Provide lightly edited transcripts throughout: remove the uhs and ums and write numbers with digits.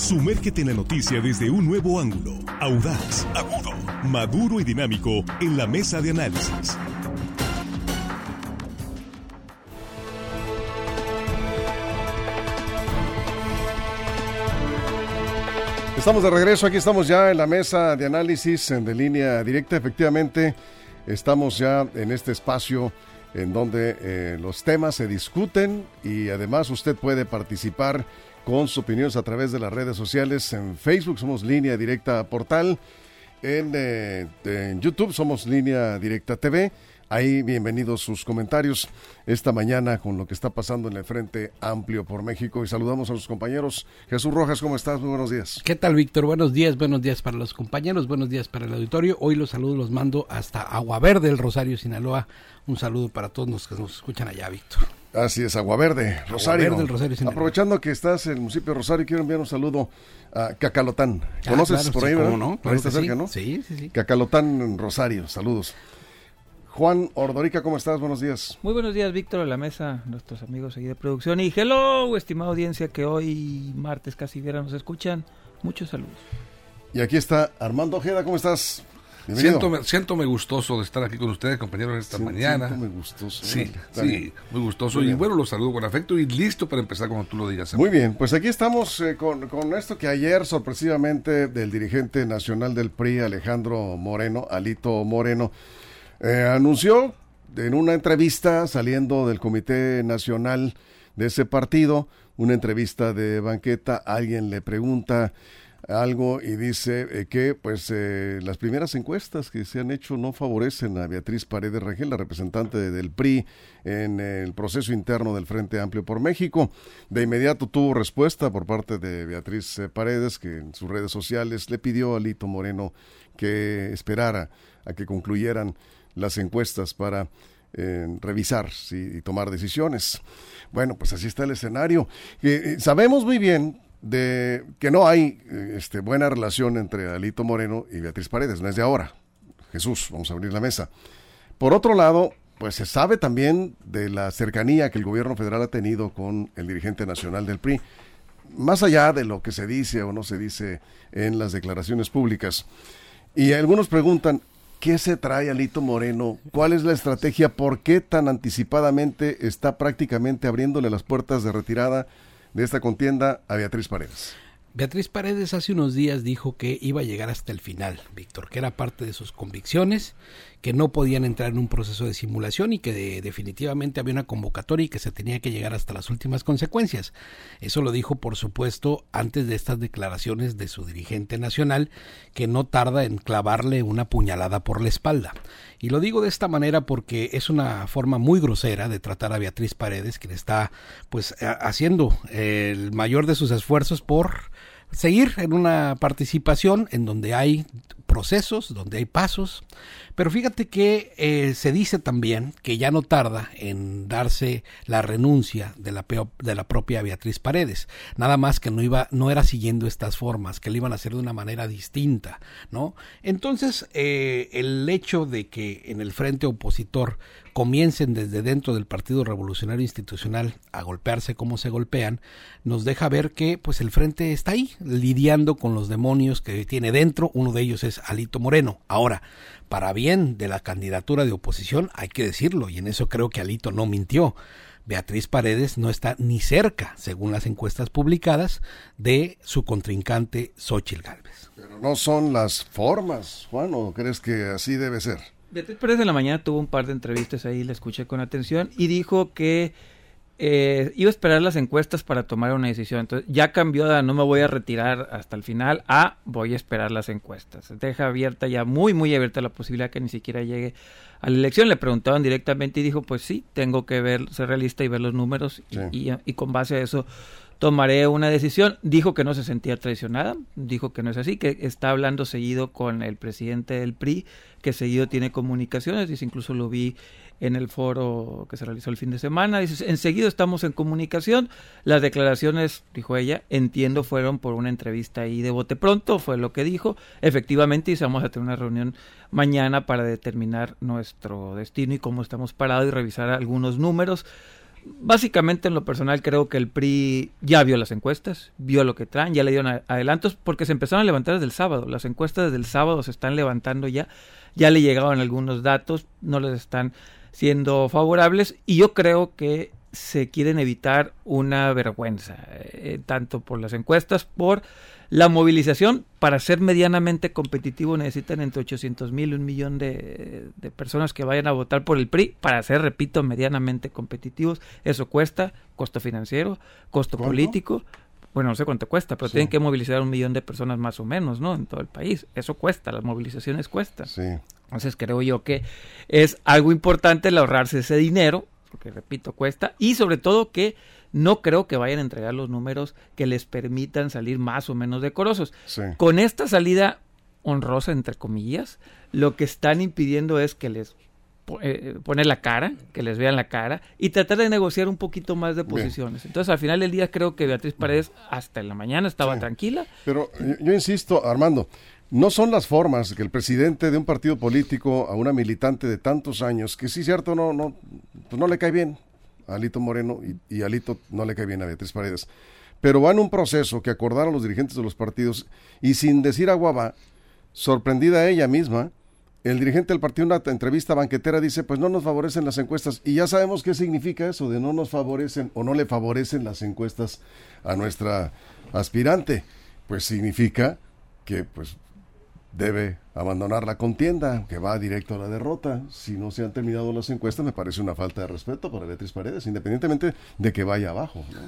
Sumérgete en la noticia desde un nuevo ángulo, audaz, agudo, maduro y dinámico en la mesa de análisis. Estamos de regreso, aquí estamos ya en la mesa de análisis de Línea Directa. Efectivamente, estamos ya en este espacio en donde los temas se discuten y además usted puede participar con sus opiniones a través de las redes sociales. En Facebook somos Línea Directa Portal, en YouTube somos Línea Directa TV. Ahí bienvenidos sus comentarios esta mañana con lo que está pasando en el Frente Amplio por México. Y saludamos a los compañeros. Jesús Rojas, ¿cómo estás? Muy buenos días. ¿Qué tal, Víctor? Buenos días para los compañeros, buenos días para el auditorio. Hoy los saludos los mando hasta Agua Verde, el Rosario, Sinaloa. Un saludo para todos los que nos escuchan allá, Víctor. Así es, Agua Verde, Rosario. Agua Verde, el Rosario, Sinaloa. Aprovechando que estás en el municipio de Rosario, quiero enviar un saludo a Cacalotán. ¿Conoces claro, por ahí, sí, verdad? ¿cómo no? Por ahí está Claro cerca, sí. ¿no? Sí. Cacalotán, Rosario, saludos. Juan Ordorica, ¿cómo estás? Buenos días. Muy buenos días, Víctor, a la mesa, nuestros amigos aquí de producción. Y hello, estimada audiencia que hoy, martes casi viera, nos escuchan. Muchos saludos. Y aquí está Armando Ojeda, ¿cómo estás? Siéntome gustoso de estar aquí con ustedes, compañeros, esta mañana. Siéntome gustoso. Sí, muy gustoso. Muy y bien. bueno, los saludo con afecto y listo para empezar cuando tú lo digas. Muy bien, pues aquí estamos con esto que ayer sorpresivamente del dirigente nacional del PRI, Alejandro Moreno, Alito Moreno, anunció en una entrevista saliendo del Comité Nacional de ese partido, una entrevista de banqueta, alguien le pregunta algo y dice que pues las primeras encuestas que se han hecho no favorecen a Beatriz Paredes Rangel, la representante del PRI en el proceso interno del Frente Amplio por México. De inmediato tuvo respuesta por parte de Beatriz Paredes, que en sus redes sociales le pidió a Alito Moreno que esperara a que concluyeran las encuestas para revisar y tomar decisiones. Bueno, pues así está el escenario. Sabemos muy bien de que no hay buena relación entre Alito Moreno y Beatriz Paredes, no es de ahora. Jesús, vamos a abrir la mesa. Por otro lado, pues se sabe también de la cercanía que el gobierno federal ha tenido con el dirigente nacional del PRI, más allá de lo que se dice o no se dice en las declaraciones públicas. Y algunos preguntan, ¿qué se trae Alito Moreno? ¿Cuál es la estrategia? ¿Por qué tan anticipadamente está prácticamente abriéndole las puertas de retirada de esta contienda a Beatriz Paredes? Beatriz Paredes hace unos días dijo que iba a llegar hasta el final, Víctor, que era parte de sus convicciones, que no podían entrar en un proceso de simulación y que definitivamente había una convocatoria y que se tenía que llegar hasta las últimas consecuencias. Eso lo dijo, por supuesto, antes de estas declaraciones de su dirigente nacional, que no tarda en clavarle una puñalada por la espalda. Y lo digo de esta manera porque es una forma muy grosera de tratar a Beatriz Paredes, quien está pues haciendo el mayor de sus esfuerzos por seguir en una participación en donde hay procesos, donde hay pasos, pero fíjate que se dice también que ya no tarda en darse la renuncia de la propia Beatriz Paredes, nada más que no era siguiendo estas formas, que le iban a hacer de una manera distinta, ¿no? Entonces, el hecho de que en el frente opositor comiencen desde dentro del Partido Revolucionario Institucional a golpearse como se golpean, nos deja ver que pues el frente está ahí, lidiando con los demonios que tiene dentro. Uno de ellos es Alito Moreno. Ahora, para bien de la candidatura de oposición, hay que decirlo, y en eso creo que Alito no mintió. Beatriz Paredes no está ni cerca, según las encuestas publicadas, de su contrincante Xóchitl Gálvez. Pero no son las formas, Juan, ¿o crees que así debe ser? Beatriz Paredes en la mañana tuvo un par de entrevistas ahí, la escuché con atención, y dijo que iba a esperar las encuestas para tomar una decisión. Entonces ya cambió de no me voy a retirar hasta el final a voy a esperar las encuestas. Deja abierta ya, muy muy abierta la posibilidad que ni siquiera llegue a la elección. Le preguntaban directamente y dijo, pues sí, tengo que ser realista y ver los números, sí. y con base a eso tomaré una decisión. Dijo que no se sentía traicionada, dijo que no es así, que está hablando seguido con el presidente del PRI, que seguido tiene comunicaciones, dice, incluso lo vi en el foro que se realizó el fin de semana, dice, enseguida estamos en comunicación. Las declaraciones, dijo ella, entiendo fueron por una entrevista ahí de bote pronto, fue lo que dijo. Efectivamente, vamos a tener una reunión mañana para determinar nuestro destino y cómo estamos parados y revisar algunos números. Básicamente, en lo personal, creo que el PRI ya vio las encuestas, vio lo que traen, ya le dieron adelantos, porque se empezaron a levantar desde el sábado. Las encuestas desde el sábado se están levantando ya le llegaron algunos datos, no les están siendo favorables, y yo creo que se quieren evitar una vergüenza, tanto por las encuestas, por la movilización. Para ser medianamente competitivo necesitan entre 800,000 y 1,000,000 de personas que vayan a votar por el PRI para ser, repito, medianamente competitivos. Eso cuesta, costo financiero, costo político. Bueno, no sé cuánto cuesta, pero tienen que movilizar 1,000,000 de personas más o menos, ¿no? En todo el país. Eso cuesta, las movilizaciones cuestan. Sí. Entonces creo yo que es algo importante el ahorrarse ese dinero, porque repito, cuesta, y sobre todo que no creo que vayan a entregar los números que les permitan salir más o menos decorosos. Sí. Con esta salida honrosa, entre comillas, lo que están impidiendo es que les poner la cara, que les vean la cara y tratar de negociar un poquito más de posiciones. Entonces, al final del día creo que Beatriz Paredes hasta en la mañana estaba tranquila. Pero yo insisto, Armando, no son las formas que el presidente de un partido político a una militante de tantos años, que sí, cierto, pues no le cae bien a Alito Moreno y Alito no le cae bien a Beatriz Paredes, pero van un proceso que acordaron los dirigentes de los partidos y sin decir agua va, sorprendida ella misma, el dirigente del partido en una entrevista banquetera dice, pues no nos favorecen las encuestas, y ya sabemos qué significa eso de no nos favorecen o no le favorecen las encuestas a nuestra aspirante. Pues significa que pues debe abandonar la contienda, que va directo a la derrota. Si no se han terminado las encuestas, me parece una falta de respeto para Beatriz Paredes, independientemente de que vaya abajo, ¿no?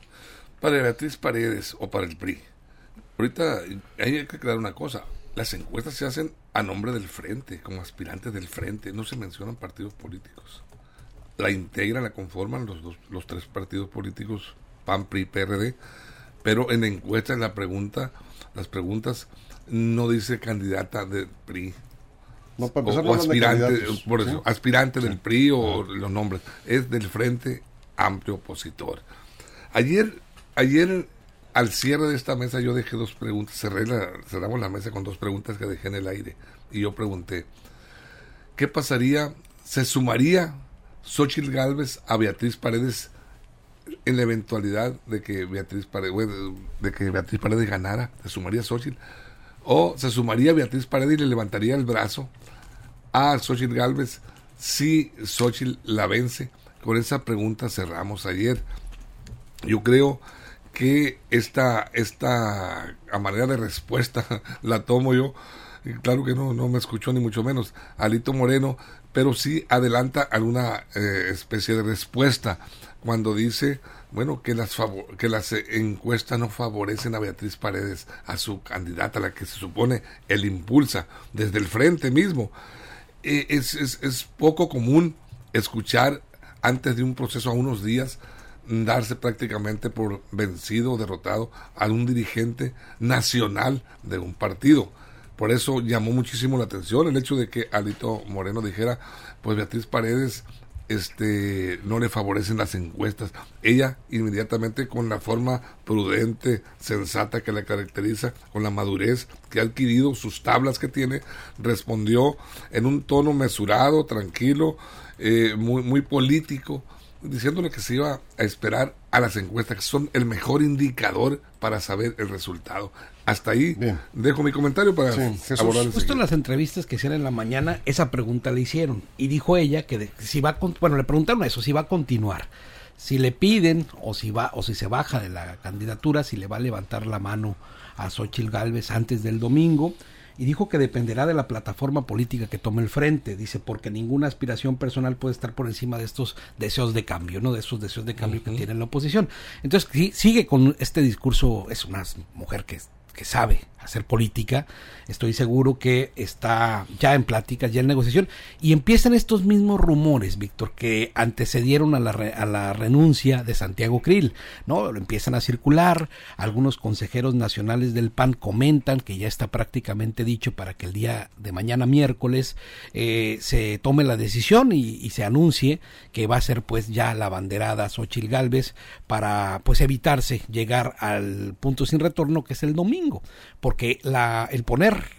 Para Beatriz Paredes o para el PRI, ahorita hay que aclarar una cosa. Las encuestas se hacen a nombre del frente, como aspirantes del frente, no se mencionan partidos políticos. La integran, la conforman los tres partidos políticos, PAN, PRI, PRD, pero en la encuesta, en las preguntas, no dice candidata del PRI. No, para empezar, o aspirante, por ¿sí? eso, aspirante del PRI o los nombres, es del Frente Amplio Opositor. Ayer al cierre de esta mesa yo dejé dos preguntas, cerramos la mesa con dos preguntas que dejé en el aire, y yo pregunté, ¿qué pasaría? ¿Se sumaría Xóchitl Gálvez a Beatriz Paredes en la eventualidad de que Beatriz Paredes ganara? ¿Se sumaría Xóchitl? ¿O se sumaría Beatriz Paredes y le levantaría el brazo a Xóchitl Gálvez si Xóchitl la vence? Con esa pregunta cerramos ayer. Yo creo que esta a manera de respuesta la tomo yo, claro que no me escuchó ni mucho menos Alito Moreno, pero sí adelanta alguna especie de respuesta cuando dice, bueno, que las encuestas no favorecen a Beatriz Paredes, a su candidata, la que se supone él impulsa desde el frente mismo. Es poco común escuchar antes de un proceso, a unos días, darse prácticamente por vencido o derrotado a un dirigente nacional de un partido. Por eso llamó muchísimo la atención el hecho de que Alito Moreno dijera, pues Beatriz Paredes no le favorecen las encuestas. Ella inmediatamente, con la forma prudente, sensata que la caracteriza, con la madurez que ha adquirido, sus tablas que tiene, respondió en un tono mesurado, tranquilo, muy político, diciéndole que se iba a esperar a las encuestas, que son el mejor indicador para saber el resultado. Hasta ahí bien. Dejo mi comentario para abordar. Justo en las entrevistas que hicieron en la mañana, esa pregunta le hicieron, y dijo ella que si va le preguntaron eso, si va a continuar, si le piden o si se baja de la candidatura, si le va a levantar la mano a Xóchitl Gálvez antes del domingo. Y dijo que dependerá de la plataforma política que tome el frente, dice, porque ninguna aspiración personal puede estar por encima de estos deseos de cambio, ¿no? De esos deseos de cambio que tiene la oposición. Entonces, sigue con este discurso, es una mujer que sabe hacer política, estoy seguro que está ya en pláticas, ya en negociación, y empiezan estos mismos rumores, Víctor, que antecedieron a la renuncia de Santiago Krill, ¿no? Lo empiezan a circular, algunos consejeros nacionales del PAN comentan que ya está prácticamente dicho para que el día de mañana, miércoles, se tome la decisión y se anuncie que va a ser pues ya la abanderada Xóchitl Gálvez para pues evitarse llegar al punto sin retorno que es el domingo, porque el poner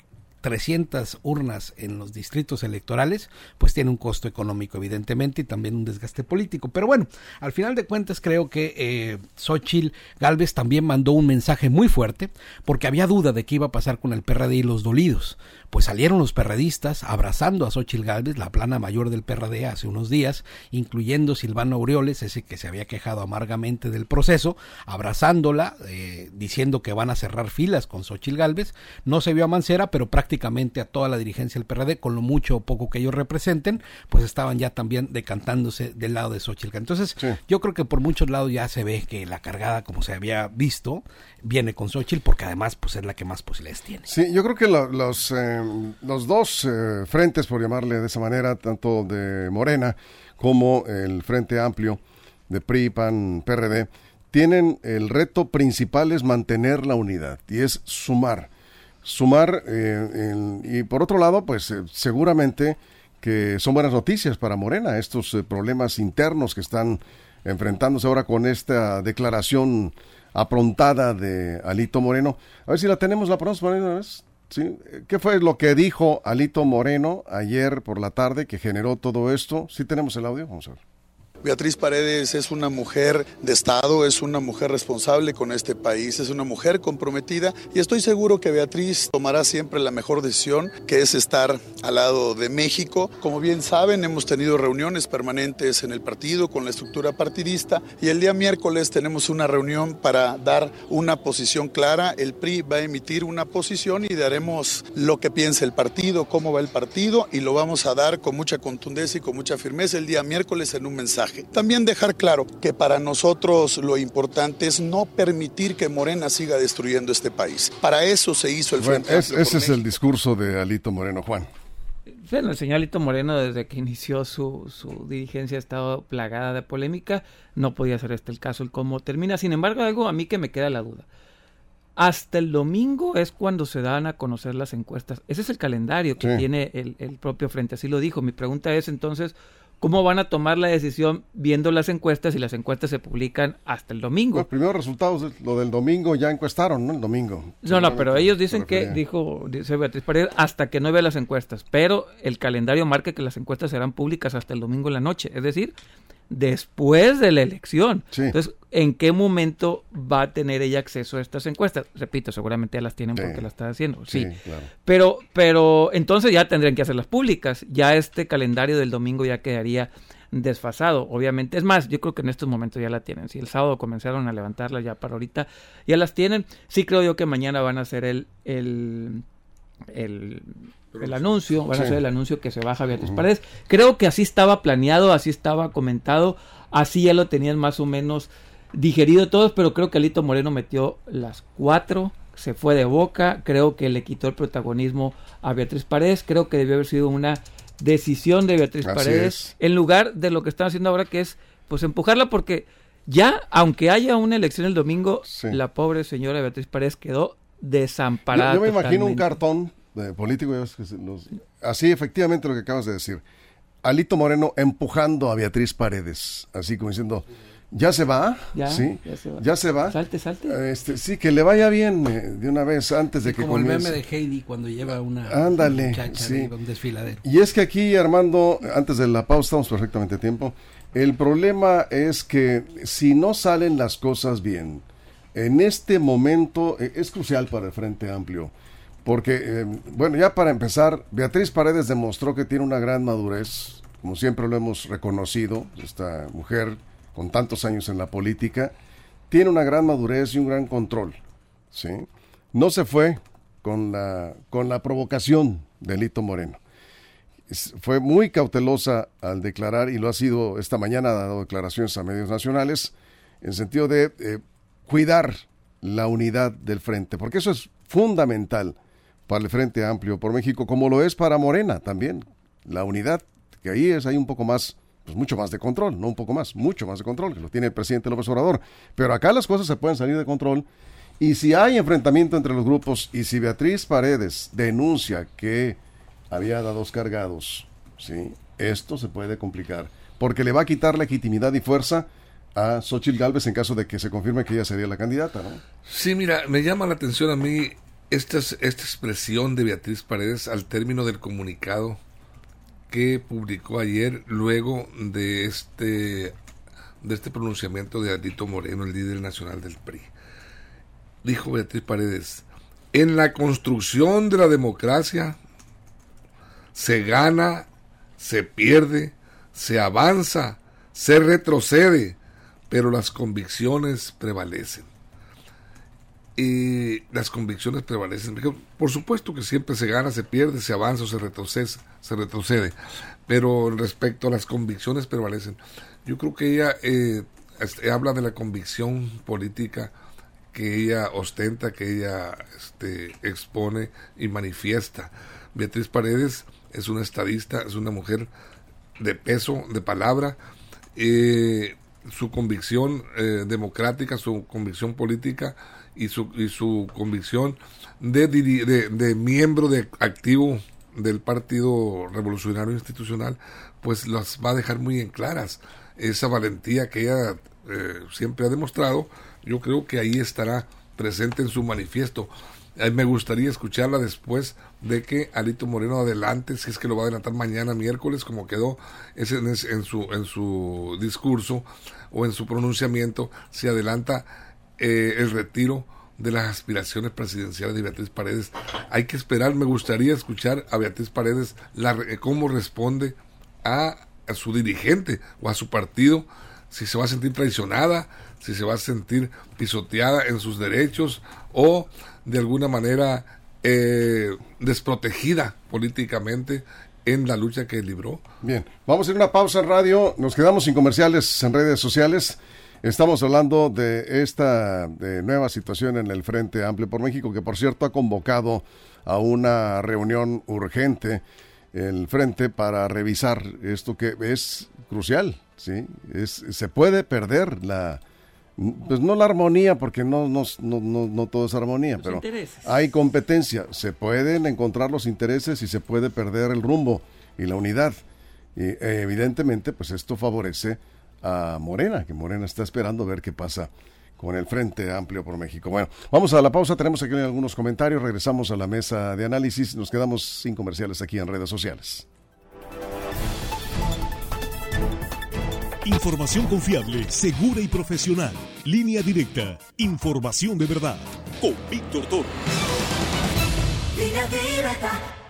300 urnas en los distritos electorales, pues tiene un costo económico evidentemente y también un desgaste político. Pero bueno, al final de cuentas creo que Xóchitl Gálvez también mandó un mensaje muy fuerte, porque había duda de qué iba a pasar con el PRD y los dolidos. Pues salieron los perredistas abrazando a Xóchitl Gálvez, la plana mayor del PRD, hace unos días, incluyendo Silvano Aureoles, ese que se había quejado amargamente del proceso, abrazándola, diciendo que van a cerrar filas con Xóchitl Gálvez. No se vio a Mancera, pero prácticamente a toda la dirigencia del PRD, con lo mucho o poco que ellos representen, pues estaban ya también decantándose del lado de Xóchitl Gálvez. Entonces, sí, yo creo que por muchos lados ya se ve que la cargada, como se había visto, viene con Xóchitl, porque además pues es la que más posibilidades tiene. Sí, yo creo que los dos frentes, por llamarle de esa manera, tanto de Morena como el Frente Amplio de PRI, PAN, PRD, tienen el reto principal es mantener la unidad y es sumar, y por otro lado, pues seguramente que son buenas noticias para Morena, estos problemas internos que están enfrentándose ahora con esta declaración aprontada de Alito Moreno. A ver si la tenemos, la ponemos una vez. ¿Sí? ¿Qué fue lo que dijo Alito Moreno ayer por la tarde que generó todo esto? ¿Sí tenemos el audio? Vamos a ver. Beatriz Paredes es una mujer de Estado, es una mujer responsable con este país, es una mujer comprometida y estoy seguro que Beatriz tomará siempre la mejor decisión, que es estar al lado de México. Como bien saben, hemos tenido reuniones permanentes en el partido con la estructura partidista y el día miércoles tenemos una reunión para dar una posición clara. El PRI va a emitir una posición y daremos lo que piensa el partido, cómo va el partido, y lo vamos a dar con mucha contundencia y con mucha firmeza el día miércoles en un mensaje. También dejar claro que para nosotros lo importante es no permitir que Morena siga destruyendo este país. Para eso se hizo el Frente Amplio. Ese es el discurso de Alito Moreno, Juan. Bueno, el señor Alito Moreno, desde que inició su dirigencia, ha estado plagada de polémica. No podía ser este el caso, el cómo termina. Sin embargo, algo a mí que me queda la duda. Hasta el domingo es cuando se dan a conocer las encuestas. Ese es el calendario que tiene el propio Frente, así lo dijo. Mi pregunta es entonces, ¿cómo van a tomar la decisión viendo las encuestas y las encuestas se publican hasta el domingo? Los primeros resultados, lo del domingo ya encuestaron, ¿no? El domingo. No, pero ellos dicen que, dice Beatriz Paredes, hasta que no vea las encuestas. Pero el calendario marca que las encuestas serán públicas hasta el domingo en la noche. Es decir, después de la elección. Sí. Entonces, ¿en qué momento va a tener ella acceso a estas encuestas? Repito, seguramente ya las tienen porque las está haciendo. Sí, claro. Pero entonces ya tendrían que hacerlas públicas. Ya este calendario del domingo ya quedaría desfasado, obviamente. Es más, yo creo que en estos momentos ya la tienen. Si el sábado comenzaron a levantarlas, ya para ahorita ya las tienen. Sí creo yo que mañana van a hacer el anuncio, van a hacer el anuncio que se baja Beatriz Paredes. Creo que así estaba planeado, así estaba comentado, así ya lo tenían más o menos digerido todos, pero creo que Alito Moreno metió las 4, se fue de boca, creo que le quitó el protagonismo a Beatriz Paredes, creo que debió haber sido una decisión de Beatriz Paredes, en lugar de lo que están haciendo ahora, que es pues empujarla, porque ya, aunque haya una elección el domingo, la pobre señora Beatriz Paredes quedó desamparada. Yo me imagino un cartón de político, así efectivamente lo que acabas de decir. Alito Moreno empujando a Beatriz Paredes, así como diciendo, ¿ya se va? ¿Ya se va? Salte. Sí, que le vaya bien de una vez antes de que comience. Como el meme de Heidi cuando lleva una muchacha de un desfiladero. Y es que aquí, Armando, antes de la pausa, estamos perfectamente a tiempo, el problema es que si no salen las cosas bien, en este momento es crucial para el Frente Amplio. Porque, ya para empezar, Beatriz Paredes demostró que tiene una gran madurez, como siempre lo hemos reconocido, esta mujer con tantos años en la política, tiene una gran madurez y un gran control, ¿sí? No se fue con la provocación de Alito Moreno. Fue muy cautelosa al declarar, y lo ha sido esta mañana, ha dado declaraciones a medios nacionales, en sentido de cuidar la unidad del frente, porque eso es fundamental para el Frente Amplio por México, como lo es para Morena también, la unidad, que ahí hay un poco más, pues mucho más de control, no un poco más, mucho más de control, que lo tiene el presidente López Obrador, pero acá las cosas se pueden salir de control, y si hay enfrentamiento entre los grupos, y si Beatriz Paredes denuncia que había dados cargados, ¿sí? Esto se puede complicar, porque le va a quitar legitimidad y fuerza a Xóchitl Gálvez en caso de que se confirme que ella sería la candidata, ¿no? Sí, mira, me llama la atención a mí esta expresión de Beatriz Paredes al término del comunicado que publicó ayer luego de este pronunciamiento de Alito Moreno, el líder nacional del PRI. Dijo Beatriz Paredes: en la construcción de la democracia se gana, se pierde, se avanza, se retrocede, pero las convicciones prevalecen. Y las convicciones prevalecen. Por supuesto que siempre se gana, se pierde, se avanza o se retrocede, pero respecto a las convicciones prevalecen. Yo creo que ella habla de la convicción política que ella ostenta, que ella expone y manifiesta. Beatriz Paredes es una estadista, es una mujer de peso, de palabra. Su convicción democrática, su convicción política y su convicción de miembro activo del Partido Revolucionario Institucional, pues las va a dejar muy en claras. Esa valentía que ella siempre ha demostrado, yo creo que ahí estará presente en su manifiesto. Me gustaría escucharla después de que Alito Moreno adelante, si es que lo va a adelantar mañana miércoles, como quedó en su discurso o en su pronunciamiento, si adelanta el retiro de las aspiraciones presidenciales de Beatriz Paredes. Hay que esperar. Me gustaría escuchar a Beatriz Paredes cómo responde a su dirigente o a su partido, si se va a sentir traicionada, si se va a sentir pisoteada en sus derechos o de alguna manera desprotegida políticamente en la lucha que libró. Bien, vamos a ir a una pausa en radio, nos quedamos sin comerciales en redes sociales. Estamos hablando de esta nueva situación en el Frente Amplio por México, que por cierto ha convocado a una reunión urgente el Frente para revisar esto que es crucial, ¿sí? Se puede perder pues no la armonía, porque no todo es armonía, pero intereses. Hay competencia, se pueden encontrar los intereses y se puede perder el rumbo y la unidad. Y evidentemente, pues esto favorece a Morena, que Morena está esperando ver qué pasa con el Frente Amplio por México. Bueno, vamos a la pausa, tenemos aquí algunos comentarios, regresamos a la mesa de análisis, nos quedamos sin comerciales aquí en redes sociales. Información confiable, segura y profesional. Línea directa. Información de verdad. Con Víctor Toro. Línea directa.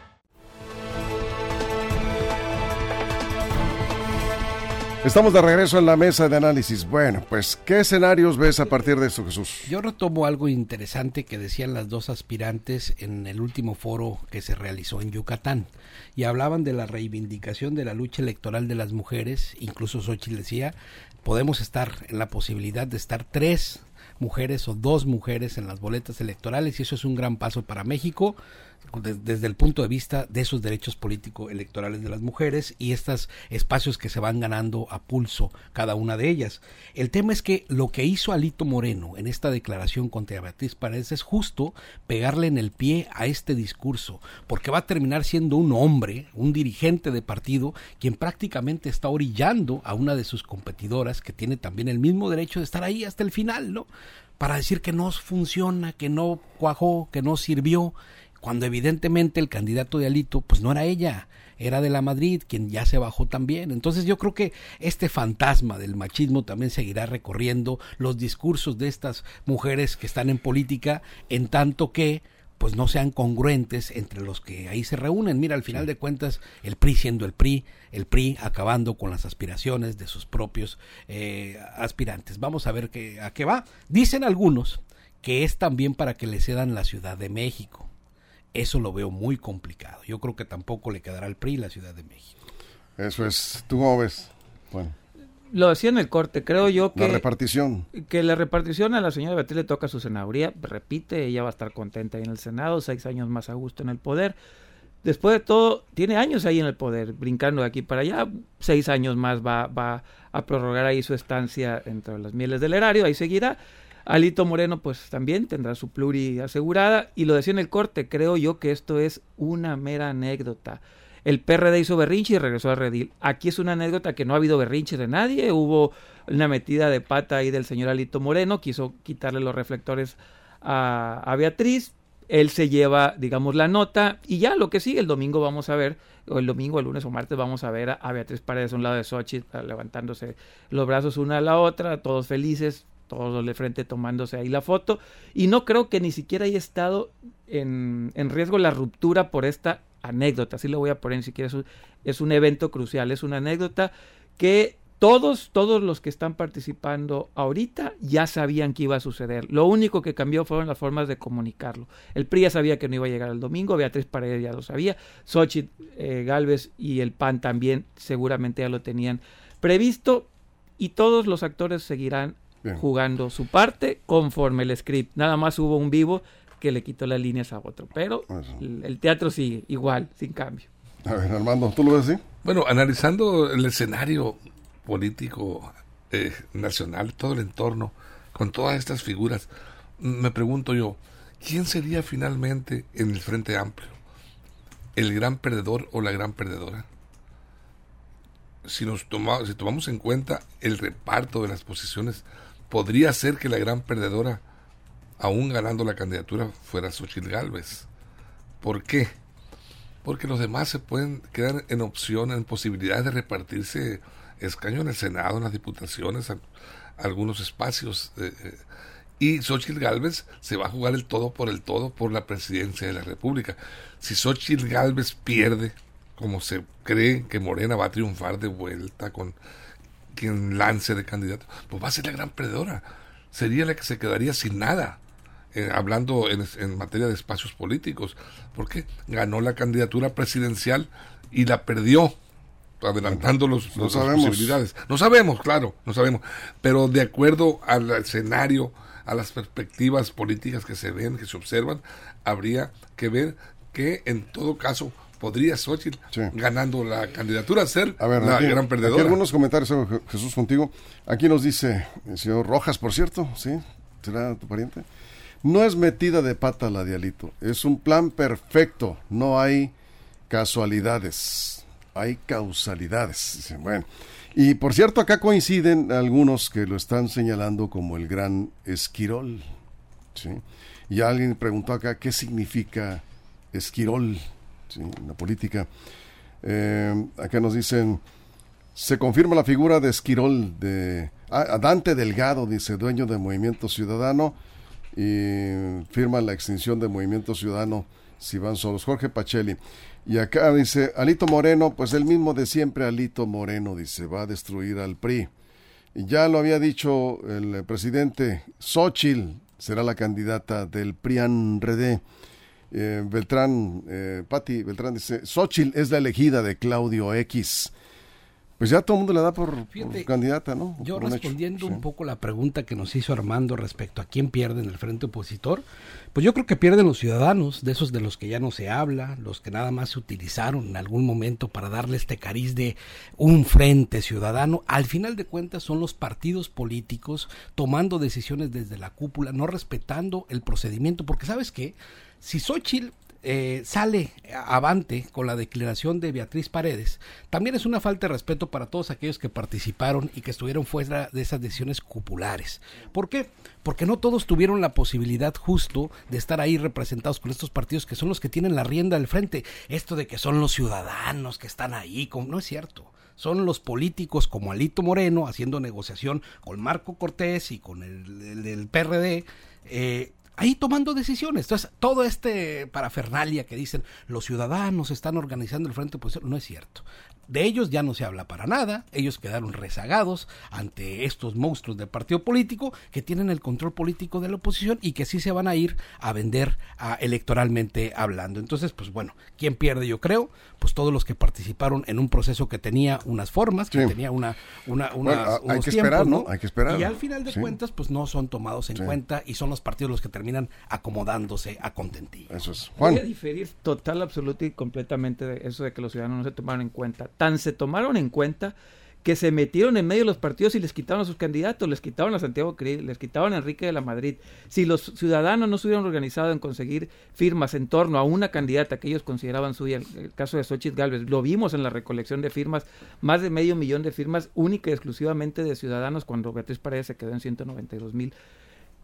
Estamos de regreso en la mesa de análisis. Bueno, pues, ¿qué escenarios ves a partir de esto, Jesús? Yo retomo algo interesante que decían las dos aspirantes en el último foro que se realizó en Yucatán. Y hablaban de la reivindicación de la lucha electoral de las mujeres. Incluso Xóchitl decía, podemos estar en la posibilidad de estar 3 mujeres o 2 mujeres en las boletas electorales, y eso es un gran paso para México desde el punto de vista de esos derechos políticos electorales de las mujeres y estos espacios que se van ganando a pulso cada una de ellas. El tema es que lo que hizo Alito Moreno en esta declaración contra Beatriz Paredes es justo pegarle en el pie a este discurso, porque va a terminar siendo un hombre, un dirigente de partido, quien prácticamente está orillando a una de sus competidoras, que tiene también el mismo derecho de estar ahí hasta el final, ¿no? Para decir que no funciona, que no cuajó, que no sirvió, cuando evidentemente el candidato de Alito pues no era ella, era de la Madrid, quien ya se bajó también. Entonces yo creo que este fantasma del machismo también seguirá recorriendo los discursos de estas mujeres que están en política, en tanto que pues no sean congruentes entre los que ahí se reúnen. Mira, al final de cuentas, el PRI siendo el PRI acabando con las aspiraciones de sus propios aspirantes. Vamos a ver a qué va. Dicen algunos que es también para que le cedan la Ciudad de México. Eso lo veo muy complicado. Yo creo que tampoco le quedará al PRI la Ciudad de México. Eso es. ¿Tú cómo ves? Bueno. Lo decía en el corte, creo yo que... La repartición. Que la repartición a la señora Beatriz le toca su senaduría, repite, ella va a estar contenta ahí en el Senado, 6 años más a gusto en el poder. Después de todo, tiene años ahí en el poder, brincando de aquí para allá, 6 años más va a prorrogar ahí su estancia entre las mieles del erario, ahí seguirá. Alito Moreno pues también tendrá su pluri asegurada, y lo decía en el corte, creo yo que esto es una mera anécdota. El PRD hizo berrinche y regresó al redil. Aquí es una anécdota que no ha habido berrinche de nadie, hubo una metida de pata ahí del señor Alito Moreno, quiso quitarle los reflectores a Beatriz, él se lleva, digamos, la nota, y ya lo que sigue, el domingo vamos a ver, o el domingo, el lunes o martes vamos a ver a Beatriz Paredes a un lado de Xochitl, levantándose los brazos una a la otra, todos felices, todos de frente tomándose ahí la foto, y no creo que ni siquiera haya estado en riesgo la ruptura por esta anécdota, así lo voy a poner, ni siquiera es un evento crucial, es una anécdota que todos los que están participando ahorita ya sabían que iba a suceder. Lo único que cambió fueron las formas de comunicarlo. El PRI ya sabía que no iba a llegar el domingo, Beatriz Paredes ya lo sabía, Xochitl Gálvez y el PAN también seguramente ya lo tenían previsto, y todos los actores seguirán jugando su parte conforme el script. Nada más hubo un vivo que le quitó las líneas a otro, pero el teatro sigue igual, sin cambio. A ver, Armando, ¿tú lo ves así? Bueno, analizando el escenario político nacional, todo el entorno, con todas estas figuras, me pregunto yo, ¿quién sería finalmente en el Frente Amplio? ¿El gran perdedor o la gran perdedora? Si tomamos en cuenta el reparto de las posiciones, podría ser que la gran perdedora, aún ganando la candidatura, fuera Xochitl Gálvez. ¿Por qué? Porque los demás se pueden quedar en opción, en posibilidades de repartirse escaño en el Senado, en las diputaciones, algunos espacios. Y Xochitl Gálvez se va a jugar el todo por la presidencia de la República. Si Xochitl Gálvez pierde, como se cree que Morena va a triunfar de vuelta con quien lance de candidato, pues va a ser la gran perdedora. Sería la que se quedaría sin nada, hablando en materia de espacios políticos, porque ganó la candidatura presidencial y la perdió, adelantando las posibilidades. No sabemos, claro, no sabemos, pero de acuerdo al escenario, a las perspectivas políticas que se ven, que se observan, habría que ver que en todo caso podría Xochitl, ganando la candidatura, ser la gran perdedora. Aquí algunos comentarios, Jesús, contigo. Aquí nos dice el señor Rojas, por cierto, ¿sí? ¿Será tu pariente? No es metida de pata la de Alito, es un plan perfecto, no hay casualidades, hay causalidades. Dicen, bueno, y por cierto, acá coinciden algunos que lo están señalando como el gran esquirol, ¿sí? Y alguien preguntó acá, ¿qué significa esquirol? Sí, en la política. Acá nos dicen, se confirma la figura de esquirol Dante Delgado, dice, dueño de Movimiento Ciudadano, y firma la extinción de Movimiento Ciudadano si van solos. Jorge Pacelli. Y acá dice, Alito Moreno, pues el mismo de siempre, Alito Moreno, dice, va a destruir al PRI. Y ya lo había dicho el presidente, Xochitl será la candidata del PRIAN-RD. Pati Beltrán dice, Xochitl es la elegida de Claudio X. Pues ya todo el mundo le da por candidata, ¿no? Yo respondiendo un poco la pregunta que nos hizo Armando respecto a quién pierde en el frente opositor, pues yo creo que pierden los ciudadanos, de esos de los que ya no se habla, los que nada más se utilizaron en algún momento para darle este cariz de un frente ciudadano. Al final de cuentas son los partidos políticos tomando decisiones desde la cúpula, no respetando el procedimiento, porque ¿sabes qué? Si Xochitl sale avante con la declaración de Beatriz Paredes, también es una falta de respeto para todos aquellos que participaron y que estuvieron fuera de esas decisiones cupulares. ¿Por qué? Porque no todos tuvieron la posibilidad justo de estar ahí representados con estos partidos que son los que tienen la rienda del frente. Esto de que son los ciudadanos que están ahí, no es cierto. Son los políticos como Alito Moreno haciendo negociación con Marco Cortés y con el PRD, ahí tomando decisiones. Entonces, todo parafernalia que dicen los ciudadanos están organizando el frente opositor, no es cierto. De ellos ya no se habla para nada, ellos quedaron rezagados ante estos monstruos del partido político que tienen el control político de la oposición y que sí se van a ir a vender electoralmente hablando. Entonces, pues bueno, ¿quién pierde? Yo creo, pues todos los que participaron en un proceso que tenía unas formas, que tenía unos hay que esperar, tiempos, ¿no? Hay que esperar. Y al final de cuentas, pues no son tomados en cuenta y son los partidos los que terminan acomodándose a contentillo. Eso es. Juan. Voy a diferir total, absoluto y completamente de eso de que los ciudadanos no se tomaron en cuenta. Tan se tomaron en cuenta que se metieron en medio de los partidos y les quitaron a sus candidatos, les quitaron a Santiago Krill, les quitaron a Enrique de la Madrid. Si los ciudadanos no se hubieran organizado en conseguir firmas en torno a una candidata que ellos consideraban suya, el caso de Xochitl Gálvez, lo vimos en la recolección de firmas, más de 500,000 de firmas única y exclusivamente de ciudadanos cuando Beatriz Paredes se quedó en 192,000.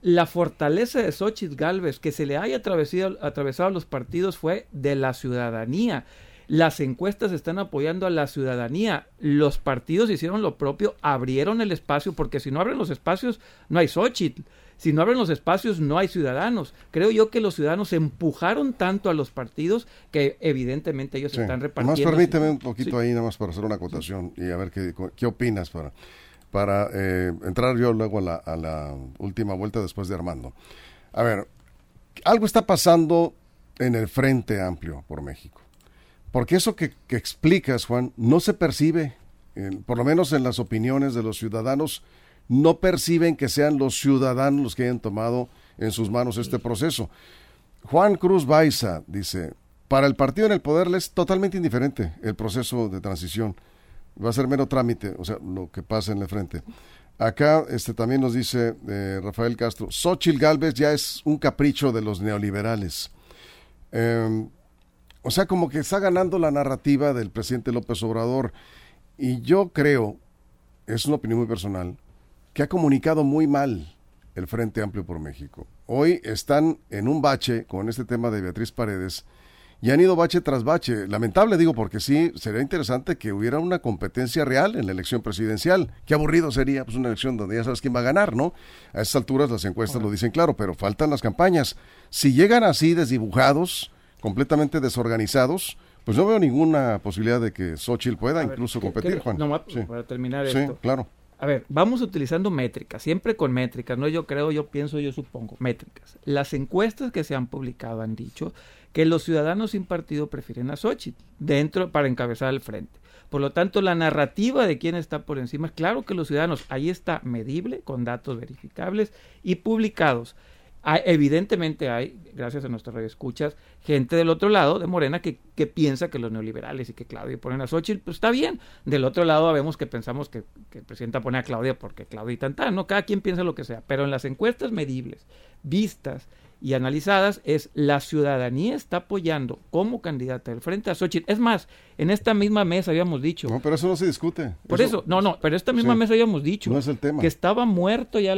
La fortaleza de Xóchitl Gálvez, que se le haya atravesado los partidos, fue de la ciudadanía. Las encuestas están apoyando a la ciudadanía. Los partidos hicieron lo propio, abrieron el espacio, porque si no abren los espacios, no hay Xóchitl. Si no abren los espacios, no hay ciudadanos. Creo yo que los ciudadanos empujaron tanto a los partidos que evidentemente ellos están repartiendo. Más permíteme un poquito ahí, nada más para hacer una acotación y a ver qué opinas para entrar yo luego a la última vuelta después de Armando. A ver, algo está pasando en el Frente Amplio por México. Porque eso que explicas, Juan, no se percibe, por lo menos en las opiniones de los ciudadanos, no perciben que sean los ciudadanos los que hayan tomado en sus manos este proceso. Juan Cruz Baiza dice, para el partido en el poder le es totalmente indiferente el proceso de transición. Va a ser mero trámite, o sea, lo que pasa en el frente. Acá también nos dice Rafael Castro, Xóchitl Gálvez ya es un capricho de los neoliberales. O sea, como que está ganando la narrativa del presidente López Obrador. Y yo creo, es una opinión muy personal, que ha comunicado muy mal el Frente Amplio por México. Hoy están en un bache con este tema de Beatriz Paredes y han ido bache tras bache. Lamentable, digo, porque sí, sería interesante que hubiera una competencia real en la elección presidencial. Qué aburrido sería, pues, una elección donde ya sabes quién va a ganar, ¿no? A estas alturas las encuestas lo dicen claro, pero faltan las campañas. Si llegan así desdibujados, completamente desorganizados, pues no veo ninguna posibilidad de que Xóchitl pueda incluso competir, Juan. No, sí. Para terminar esto. Sí, claro. A ver, vamos utilizando métricas, siempre con métricas, no yo creo, yo pienso, yo supongo, métricas. Las encuestas que se han publicado han dicho que los ciudadanos sin partido prefieren a Xóchitl para encabezar el frente. Por lo tanto, la narrativa de quién está por encima, es claro que los ciudadanos, ahí está medible, con datos verificables y publicados. Evidentemente hay, gracias a nuestras radioescuchas, gente del otro lado de Morena que piensa que los neoliberales y que Claudia ponen a Xóchitl, pues está bien. Del otro lado vemos que pensamos que el presidente pone a Claudia porque Claudia y tantán, ¿no? Cada quien piensa lo que sea. Pero en las encuestas medibles, vistas y analizadas, la ciudadanía está apoyando como candidata del frente a Xóchitl. Es más, en esta misma mesa habíamos dicho... No, pero eso no se discute. Pero esta misma mesa habíamos dicho no es el tema. Que estaba muerto ya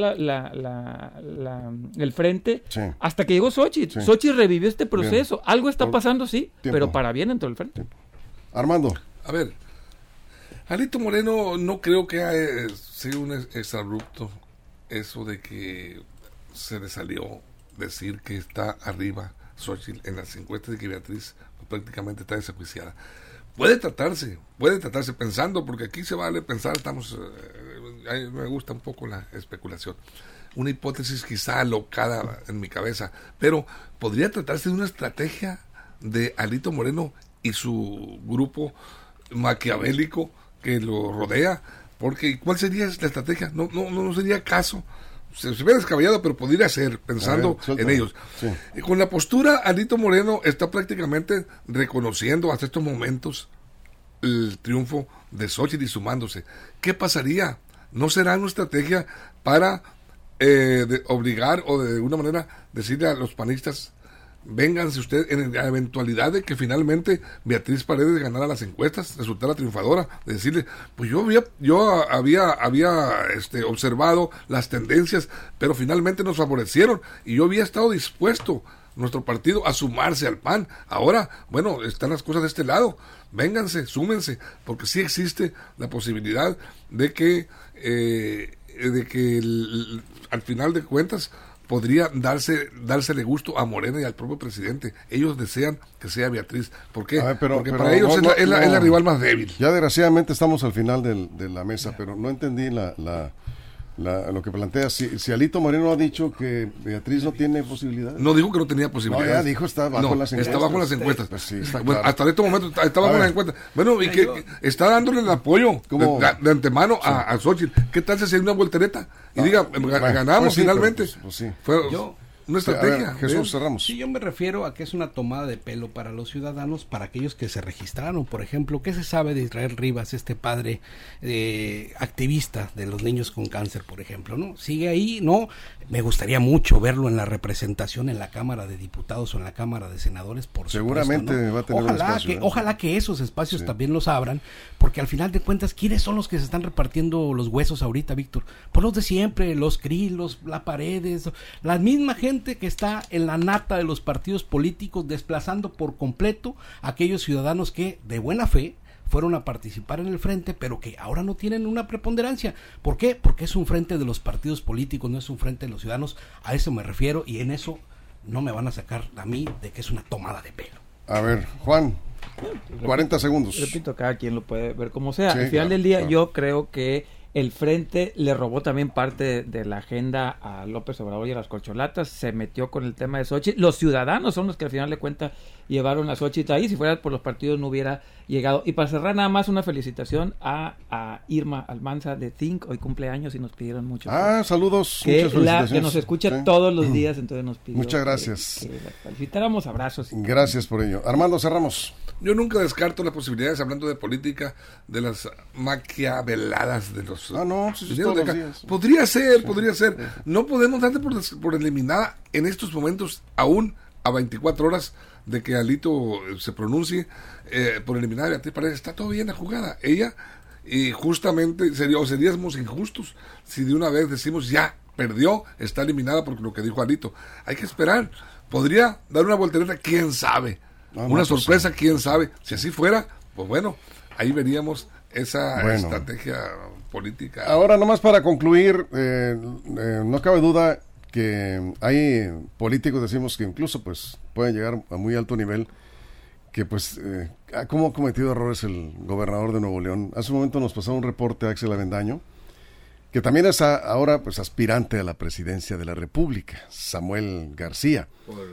el frente hasta que llegó Xóchitl. Sí. Xóchitl revivió este proceso. Bien. Algo está pasando, sí, pero para bien dentro del frente. Armando. A ver, Alito Moreno no creo que haya sido un exabrupto eso de que se le salió decir que está arriba Xóchitl en las encuestas y que Beatriz prácticamente está desajuiciada. Puede tratarse pensando, porque aquí se vale pensar, me gusta un poco la especulación, una hipótesis quizá alocada en mi cabeza, pero podría tratarse de una estrategia de Alito Moreno y su grupo maquiavélico que lo rodea, porque ¿cuál sería la estrategia? No sería caso. Se ve descabellado, pero podría ser, pensando en ellos. Sí. Con la postura, Alito Moreno está prácticamente reconociendo hasta estos momentos el triunfo de Xóchitl y sumándose. ¿Qué pasaría? ¿No será una estrategia para obligar o de alguna manera decirle a los panistas, vénganse ustedes en la eventualidad de que finalmente Beatriz Paredes ganara las encuestas, resultara triunfadora, de decirle, pues yo había observado las tendencias, pero finalmente nos favorecieron y yo había estado dispuesto, nuestro partido, a sumarse al PAN. Ahora, bueno, están las cosas de este lado, vénganse, súmense, porque sí existe la posibilidad de que al final de cuentas podría dársele gusto a Morena y al propio presidente. Ellos desean que sea Beatriz. ¿Por qué? Porque para ellos es la rival más débil. Ya desgraciadamente estamos al final de la mesa, pero no entendí lo que planteas. Si Alito Moreno ha dicho que Beatriz no tiene posibilidades. No dijo que no tenía posibilidades. No, ya dijo está bajo las encuestas. Está bajo las encuestas. Pues sí, bueno, claro. Hasta este momento está bajo las encuestas. Bueno, y que está dándole el apoyo de antemano a Xóchitl. ¿Qué tal si hace una voltereta? Y diga, ganamos finalmente. Pues sí. una estrategia. A ver, Jesús, cerramos. Sí, yo me refiero a que es una tomada de pelo para los ciudadanos, para aquellos que se registraron. Por ejemplo, ¿qué se sabe de Israel Rivas, este padre activista de los niños con cáncer, por ejemplo? ¿No? Sigue ahí, ¿no? Me gustaría mucho verlo en la representación en la Cámara de Diputados o en la Cámara de Senadores, por seguramente supuesto, ¿no? va a tener un espacio, Ojalá que esos espacios también los abran, porque al final de cuentas, ¿quiénes son los que se están repartiendo los huesos ahorita, Víctor? Pues los de siempre, los Krill, la Paredes, la misma gente que está en la nata de los partidos políticos, desplazando por completo a aquellos ciudadanos que de buena fe fueron a participar en el frente, pero que ahora no tienen una preponderancia. ¿Por qué? Porque es un frente de los partidos políticos, no es un frente de los ciudadanos. A eso me refiero, y en eso no me van a sacar a mí de que es una tomada de pelo. A ver, Juan, 40 segundos. Repito, cada quien lo puede ver como sea. Sí, Al final claro, del día, claro. yo creo que el Frente le robó también parte de la agenda a López Obrador y a las corcholatas, se metió con el tema de Xochitl. Los ciudadanos son los que al final de cuentas llevaron a Xochitl ahí, si fuera por los partidos no hubiera llegado. Y para cerrar nada más una felicitación a Irma Almanza de Think, hoy cumpleaños y nos pidieron mucho. Saludos, que, muchas felicitaciones. que nos escucha todos los días, entonces nos pidió Muchas gracias. que la felicitáramos, abrazos. Gracias por ello. Armando, cerramos. Yo nunca descarto las posibilidades, hablando de política, de las maquiaveladas de los... Sí, todos los días. Podría ser. No podemos darte por eliminada en estos momentos, aún a 24 horas de que Alito se pronuncie, por eliminada Beatriz Paredes. Está todo bien la jugada. Ella, y justamente, seríamos injustos si de una vez decimos ya, perdió, está eliminada por lo que dijo Alito. Hay que esperar. Podría dar una voltereta, quién sabe. Una sorpresa, quién sabe. Si así fuera, pues bueno, ahí veríamos esa estrategia política. Ahora, nomás para concluir, no cabe duda que hay políticos, decimos, que incluso pues pueden llegar a muy alto nivel, que pues cómo ha cometido errores el gobernador de Nuevo León. Hace un momento nos pasó un reporte a Axel Avendaño, que también es ahora pues aspirante a la presidencia de la República, Samuel García.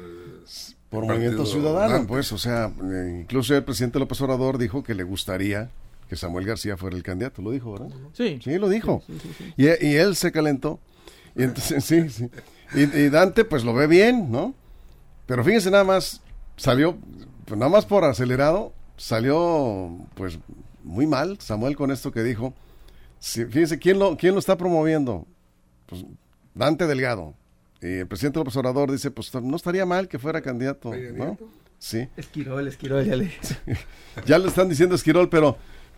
Por Movimiento Ciudadano, pues, o sea, incluso el presidente López Obrador dijo que le gustaría que Samuel García fuera el candidato, lo dijo, ¿verdad? Sí. Sí, lo dijo. Sí. Y él se calentó. Y entonces, sí. Y Dante, pues, lo ve bien, ¿no? Pero fíjense, nada más, salió, pues, nada más por acelerado, salió, pues, muy mal Samuel con esto que dijo. Sí, fíjense, ¿quién lo está promoviendo? Pues, Dante Delgado. Y el presidente López Obrador dice, pues no estaría mal que fuera candidato, ¿no? Sí. Esquirol, ya le ya le están diciendo Esquirol, pero,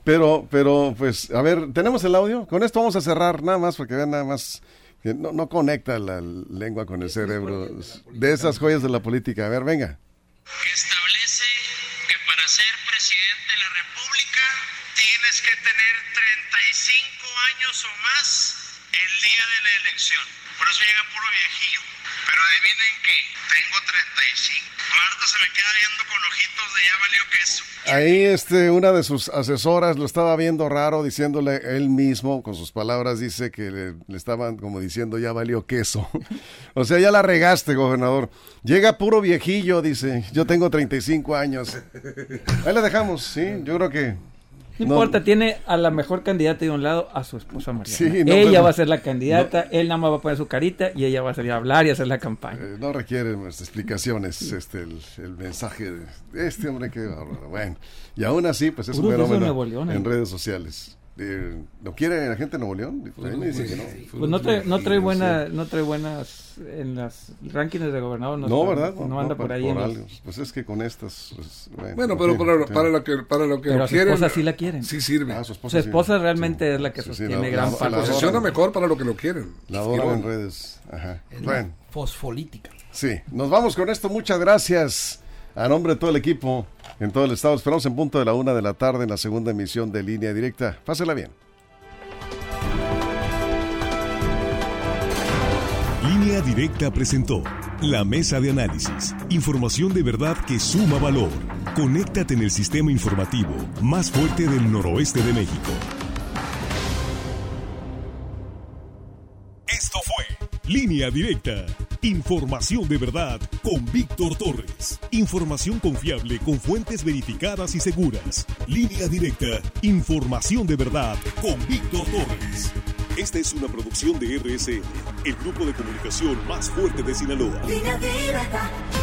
pues, a ver, ¿tenemos el audio? Con esto vamos a cerrar, nada más, porque vean nada más, que no conecta la lengua con el cerebro de esas joyas de la política. A ver, venga. Que establece que para ser presidente de la República tienes que tener 35 años o más el día de la elección. Por eso llega puro viejillo. Pero adivinen qué, tengo 35. Marta se me queda viendo con ojitos de ya valió queso. Ahí una de sus asesoras lo estaba viendo raro, diciéndole él mismo, con sus palabras, dice que le estaban como diciendo ya valió queso. O sea, ya la regaste, gobernador. Llega puro viejillo, dice, yo tengo 35 años. Ahí la dejamos, sí, yo creo que... No importa, tiene a la mejor candidata de un lado a su esposa Mariana. Sí, ella va a ser la candidata, él nada más va a poner su carita y ella va a salir a hablar y a hacer la campaña. No requiere explicaciones el mensaje de este hombre que... Bueno, y aún así, pues es un fenómeno en redes sociales. ¿Lo quiere la gente de Nuevo León? Pues no trae buenas en las rankings de gobernador. No, ¿verdad? No anda por ahí. Pues es que con estas... Pues, bueno, pero para lo que pero a su esposa sí la quieren. Sí sirve. Su esposa realmente es la que sostiene gran parte. La posiciona mejor para lo que lo quieren. La adoran en redes. Ajá. Bueno. Fosfolítica. Sí, nos vamos con esto. Muchas gracias. A nombre de todo el equipo en todo el estado, esperamos en punto de la 1 de la tarde en la segunda emisión de Línea Directa. Pásela bien. Línea Directa presentó la mesa de análisis. Información de verdad que suma valor. Conéctate en el sistema informativo más fuerte del noroeste de México. Esto fue Línea Directa. Información de verdad con Víctor Torres. Información confiable con fuentes verificadas y seguras. Línea Directa. Información de verdad con Víctor Torres. Esta es una producción de RSN, el grupo de comunicación más fuerte de Sinaloa. Línea directa.